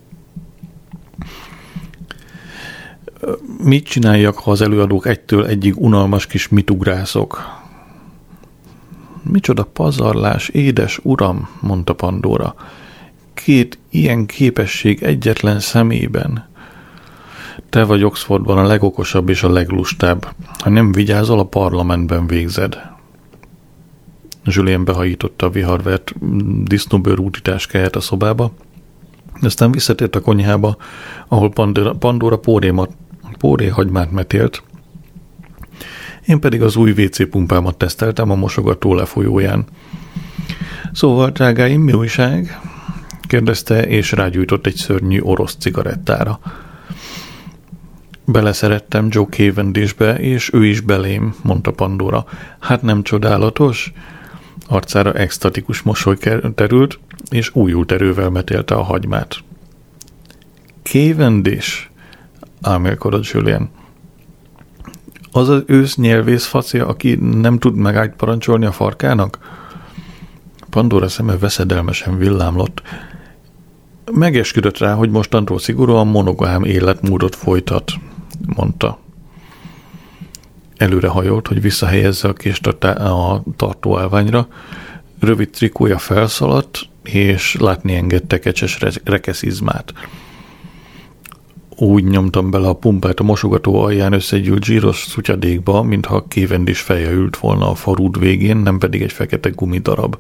Mit csináljak, ha az előadók egytől egyig unalmas kis mitugrászok? Micsoda pazarlás, édes uram, mondta Pandora. 2 ilyen képesség egyetlen szemében. Te vagy Oxfordban a legokosabb és a leglustább. Ha nem vigyázol, a parlamentben végzed. Julien behajította a viharvert disznóbőr útitáskáját a szobába, aztán visszatért a konyhába, ahol Pandora póréhagymát metélt. Én pedig az új WC pumpámat teszteltem a mosogató lefolyóján. Szóval, drágáim, mi újság? Kérdezte, és rágyújtott egy szörnyű orosz cigarettára. Beleszerettem Joe Cavendishbe, és ő is belém, mondta Pandora. Hát nem csodálatos? Arcára extatikus mosoly terült, és újult erővel metélte a hagymát. Cavendish? Álmélkodott Julien. Az az ősznyelvész facia, aki nem tud megállt parancsolni a farkának? Pandora szeme veszedelmesen villámlott. Megesküdött rá, hogy mostantól szigorúan monogám életmódot folytat, mondta. Előrehajolt, hogy visszahelyezze a kést a tartóállványra, rövid trikója felszaladt, és látni engedte kecses rekeszizmát. Úgy nyomtam bele a pumpát a mosogató alján összegyűlt zsíros szutyadékba, mintha Cavendish feje ült volna a farúd végén, nem pedig egy fekete gumidarab.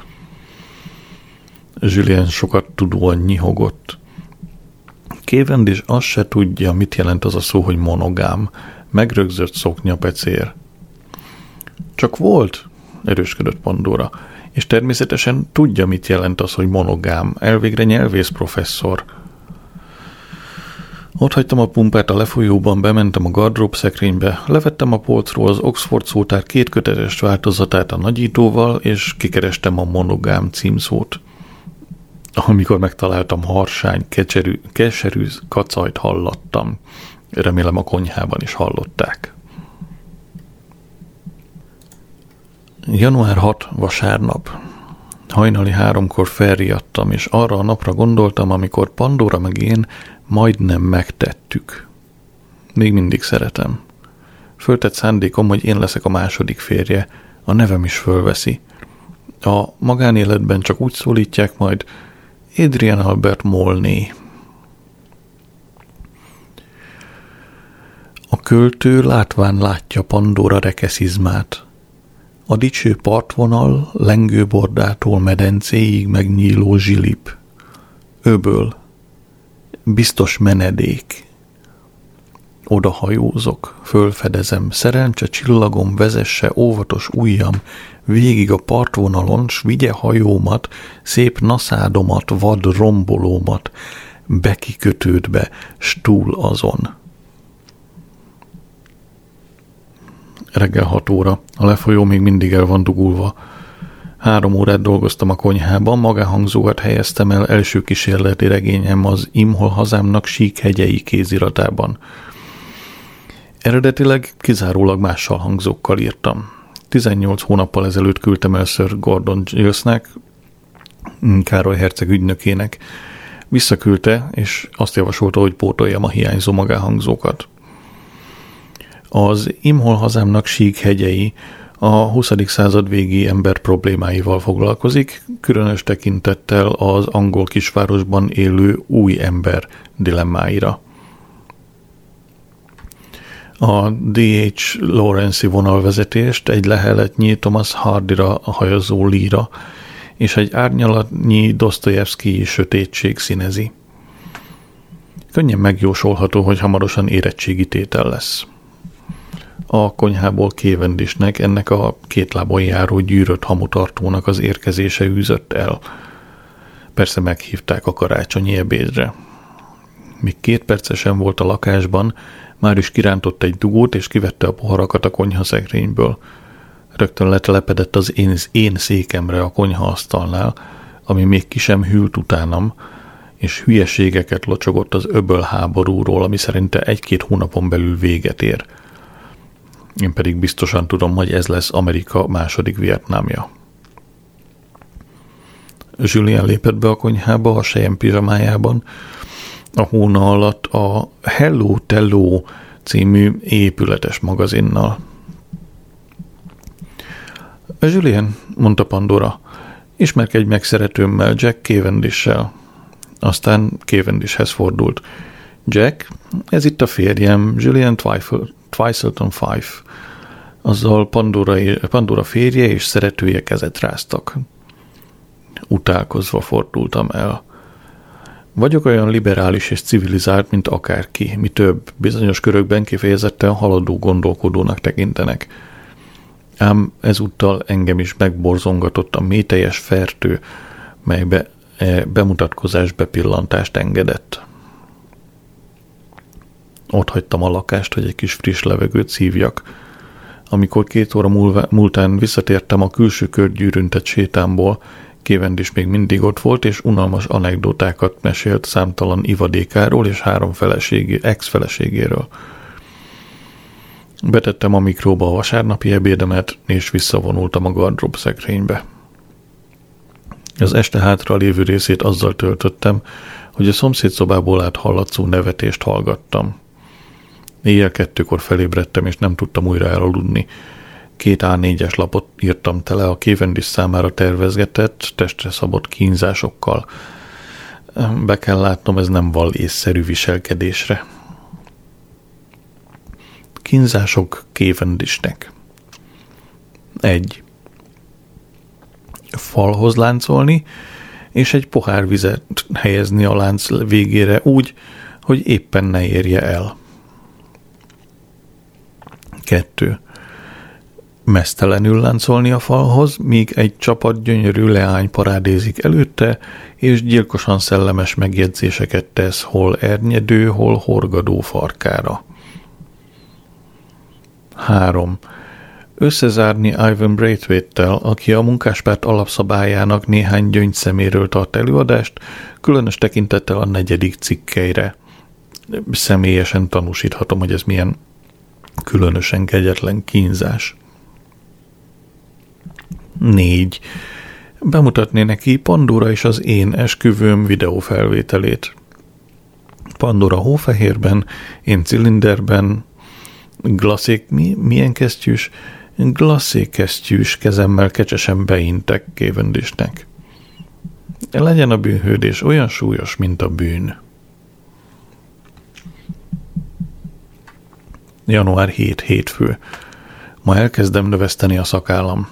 Julien sokat tudóan nyihogott. Cavendish azt se tudja, mit jelent az a szó, hogy monogám. Megrögzött szoknyapecér. Csak volt, erősködött Pandora, és természetesen tudja, mit jelent az, hogy monogám. Elvégre nyelvész professzor. Ott hagytam a pumpát a lefolyóban, bementem a gardrób szekrénybe, levettem a polcról az Oxford szótár 2 kötetes változatát a nagyítóval, és kikerestem a monogám címszót. Amikor megtaláltam, harsány, keserű kacajt hallattam. Remélem a konyhában is hallották. Január 6. vasárnap. Hajnali 3-kor felriadtam, és arra a napra gondoltam, amikor Pandora meg én majdnem megtettük. Még mindig szeretem. Föltett szándékom, hogy én leszek a második férje, a nevem is fölveszi. A magánéletben csak úgy szólítják majd Adrian Albert Molney. A költő látván látja Pandora rekeszizmát. A dicső partvonal lengőbordától medencéig megnyíló zsilip. Öböl. Biztos menedék. Oda hajózok, fölfedezem, szerencse csillagom vezesse óvatos ujjam végig a partvonalon, s vigye hajómat, szép naszádomat, vad rombolómat, bekikötődbe, s túl azon. Reggel 6 óra. A lefolyó még mindig el van dugulva. 3 órát dolgoztam a konyhában, magánhangzókat helyeztem el első kísérleti regényem az Imhol hazámnak sík hegyei kéziratában. Eredetileg kizárólag mással hangzókkal írtam. 18 hónappal ezelőtt küldtem el Sir Gordon Gillesnek, Károly herceg ügynökének. Visszaküldte, és azt javasolta, hogy pótoljam a hiányzó magánhangzókat. Az Imhol hazámnak sík hegyei a 20. század végi ember problémáival foglalkozik, különös tekintettel az angol kisvárosban élő új ember dilemmáira. A D.H. Lawrence-i vonalvezetést egy leheletnyi Thomas Hardyra hajazó líra és egy árnyalatnyi Dostoyevszkij sötétség színezi. Könnyen megjósolható, hogy hamarosan érettségi tétel lesz. A konyhából Cavendishnek, ennek a 2 lábon járó gyűrött hamutartónak az érkezése űzött el. Persze meghívták a karácsonyi ebédre. Míg 2 percesen volt a lakásban, már is kirántott egy dugót, és kivette a poharakat a konyhaszekrényből. Rögtön letelepedett az én székemre a konyhaasztalnál, ami még ki sem hűlt utánam, és hülyeségeket locsogott az öböl háborúról, ami szerinte 1-2 hónapon belül véget ér. Én pedig biztosan tudom, hogy ez lesz Amerika második Vietnámja. Julien lépett be a konyhába a sejem pizsamájában, a hóna alatt a Hello Tello című épületes magazinnal. Julien, mondta Pandora, ismerkedj meg szeretőmmel, Jack Cavendissel. Aztán Cavendishhez fordult. Jack, ez itt a férjem, Julien Twistleton Fife. Azzal Pandora férje és szeretője kezet ráztak. Utálkozva fordultam el. Vagyok olyan liberális és civilizált, mint akárki, mi több, bizonyos körökben kifejezetten haladó gondolkodónak tekintenek. Ám ezúttal engem is megborzongatott a mélyteljes fertő, melybe bemutatkozás bepillantást engedett. Ott hagytam a lakást, hogy egy kis friss levegőt szívjak. Amikor 2 óra múltán visszatértem a külső körgyűrűntett sétámból, Cavendish még mindig ott volt, és unalmas anekdotákat mesélt számtalan ivadékáról és 3 ex-feleségéről. Betettem a mikróba a vasárnapi ebédemet, és visszavonultam a gardrób szekrénybe. Az este hátra lévő részét azzal töltöttem, hogy a szomszédszobából át hallatszó nevetést hallgattam. Éjjel 2-kor felébredtem, és nem tudtam újra elaludni. 2 A4-es lapot írtam tele a Cavendish számára tervezgetett, testre szabott kínzásokkal. Be kell látnom, ez nem val észszerű viselkedésre. Kínzások Cavendishnek. 1. Falhoz láncolni, és egy pohár vizet helyezni a lánc végére úgy, hogy éppen ne érje el. 2. Meztelenül láncolni a falhoz, míg egy csapat gyönyörű leány parádézik előtte, és gyilkosan szellemes megjegyzéseket tesz hol ernyedő, hol horgadó farkára. 3. Összezárni Ivan Braithwaite-tel, aki a munkáspárt alapszabályának néhány gyöngyszeméről tart előadást, különös tekintettel a 4. cikkeire. Személyesen tanúsíthatom, hogy ez milyen különösen kegyetlen kínzás. 4. Bemutatni neki Pandora és az én esküvőm videófelvételét. Pandora hófehérben, én cilinderben, milyen kesztyűs? Glacé-kesztyűs kezemmel kecsesen beintek Cavendishnek. Legyen a bűnhődés olyan súlyos, mint a bűn. Január 7. Hétfő. Ma elkezdem növeszteni a szakállam.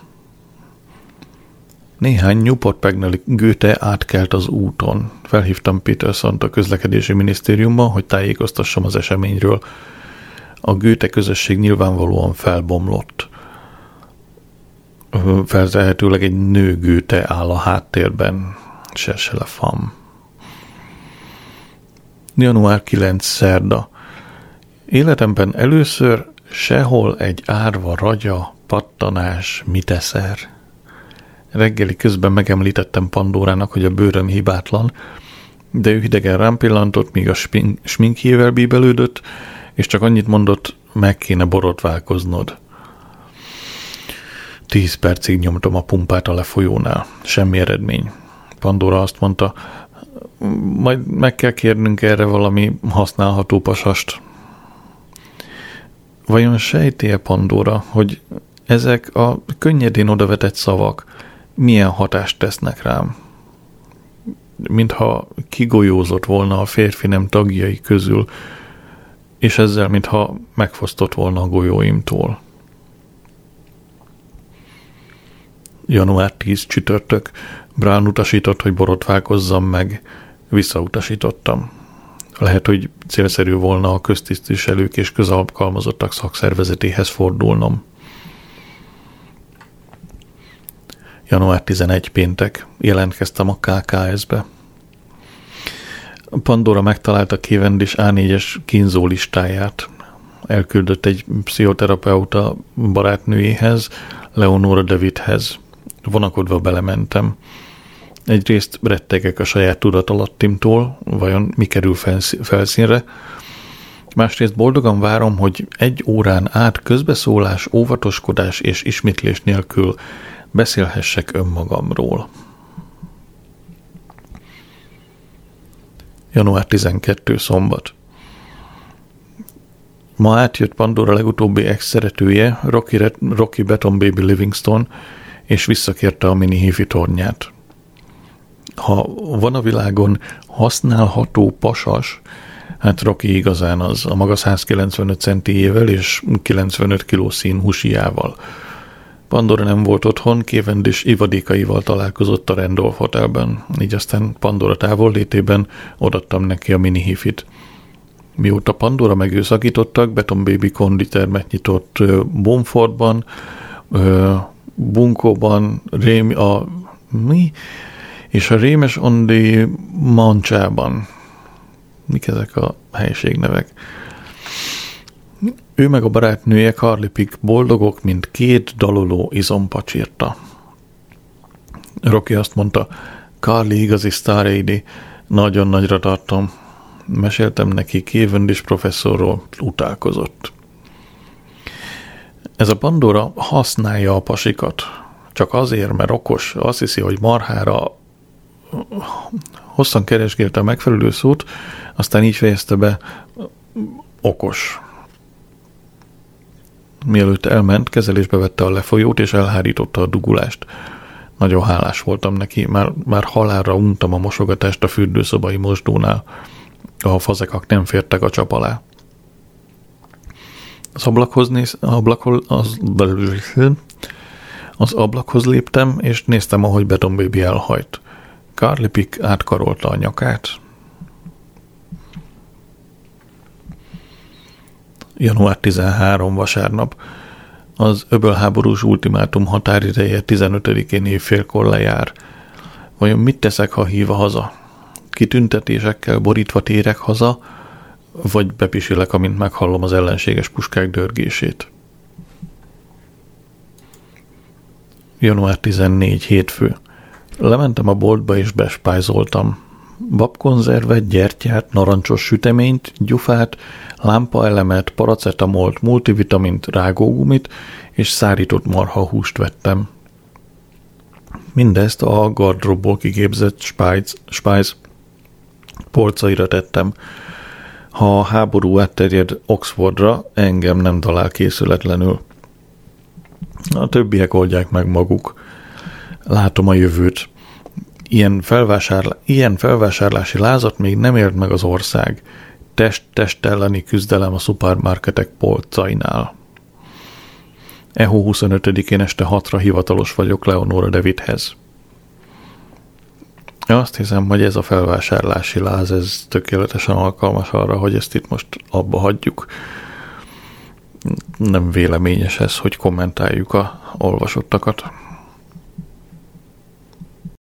Néhány Newport Pagnell Goethe átkelt az úton. Felhívtam Petersont a közlekedési minisztériumban, hogy tájékoztassam az eseményről. A Goethe közösség nyilvánvalóan felbomlott. Feltehetőleg egy nő Goethe áll a háttérben. Cherche la femme. Január 9. Szerda. Életemben először sehol egy árva ragya, pattanás, miteszer. Reggeli közben megemlítettem Pandorának, hogy a bőröm hibátlan, de ő hidegen rám pillantott, míg a sminkjével bíbelődött, és csak annyit mondott, meg kéne borotválkoznod. 10 percig nyomtam a pumpát a lefolyónál. Semmi eredmény. Pandora azt mondta, majd meg kell kérnünk erre valami használható pasast. Vajon sejti-e Pandora, hogy ezek a könnyedén odavetett szavak milyen hatást tesznek rám? Mintha kigolyózott volna a férfi nem tagjai közül, és ezzel mintha megfosztott volna a golyóimtól. Január 10. Csütörtök. Brown utasított, hogy borotválkozzam meg. Visszautasítottam. Lehet, hogy célszerű volna a köztisztviselők és közalkalmazottak szakszervezetéhez fordulnom. Január 11. Péntek. Jelentkeztem a KKS-be. Pandora megtalálta Cavendish A4-es kínzó listáját. Elküldött egy pszichoterapeuta barátnőjéhez, Leonora Davidhez. Vonakodva belementem. Egyrészt rettegek a saját tudatalattimtól, vajon mi kerül felszínre. Másrészt boldogan várom, hogy 1 órán át közbeszólás, óvatoskodás és ismétlés nélkül beszélhessek önmagamról. Január 12. szombat. Ma átjött Pandora legutóbbi ex-szeretője, Rocky Beton Baby Livingston, és visszakérte a mini hifi tornyát. Ha van a világon használható pasas, hát Rocky igazán az, a maga 195 centiével és 95 kg szín húsiával. Pandora nem volt otthon, Cavendish ivadékaival találkozott a Randolph Hotelben, így aztán Pandora távollétében odaadtam neki a mini hifit. Mióta Pandora meg ő szakítottak, Beton Baby konditermet nyitott Bomfordban, Bunkóban, és a Rémes Ondi Mancsában. Mik ezek a helyiségnevek? Ő meg a barátnője, Carly Pick boldogok, mint két daloló izompacsirta. Rocky azt mondta, Carly igazi Star Lady, nagyon nagyra tartom. Meséltem neki, Cavendish professzorról, utálkozott. Ez a Pandora használja a pasikat. Csak azért, mert okos. Azt hiszi, hogy marhára hosszan keresgélte a megfelelő szót, aztán így fejezte be, okos. Mielőtt elment, kezelésbe vette a lefolyót, és elhárította a dugulást. Nagyon hálás voltam neki, már halálra untam a mosogatást a fürdőszobai mosdónál. A fazekak nem fértek a csap alá. Az ablakhoz léptem, és néztem, ahogy Beton Baby elhajt. Carly Pick átkarolta a nyakát. Január 13. vasárnap. Az öbölháborús ultimátum határideje 15-én évfélkor lejár. Vajon mit teszek, ha hív haza? Kitüntetésekkel borítva térek haza, vagy bepisilek, amint meghallom az ellenséges puskák dörgését. Január 14. hétfő. Lementem a boltba és bespájzoltam. Babkonzervet, gyertyát, narancsos süteményt, gyufát, lámpaelemet, paracetamolt, multivitamint, rágógumit és szárított marhahúst vettem. Mindezt a gardróbból kigépzett Spice polcaira tettem. Ha a háború átterjed Oxfordra, engem nem talál készületlenül. A többiek oldják meg maguk. Látom a jövőt. Ilyen felvásárlási lázat még nem élt meg az ország. Test elleni küzdelem a szupermarketek polcainál. EHO 25-én este 6-ra hivatalos vagyok Leonora Davidhez. Azt hiszem, hogy ez a felvásárlási láz, ez tökéletesen alkalmas arra, hogy ezt itt most abba hagyjuk. Nem véleményes ez, hogy kommentáljuk a olvasottakat.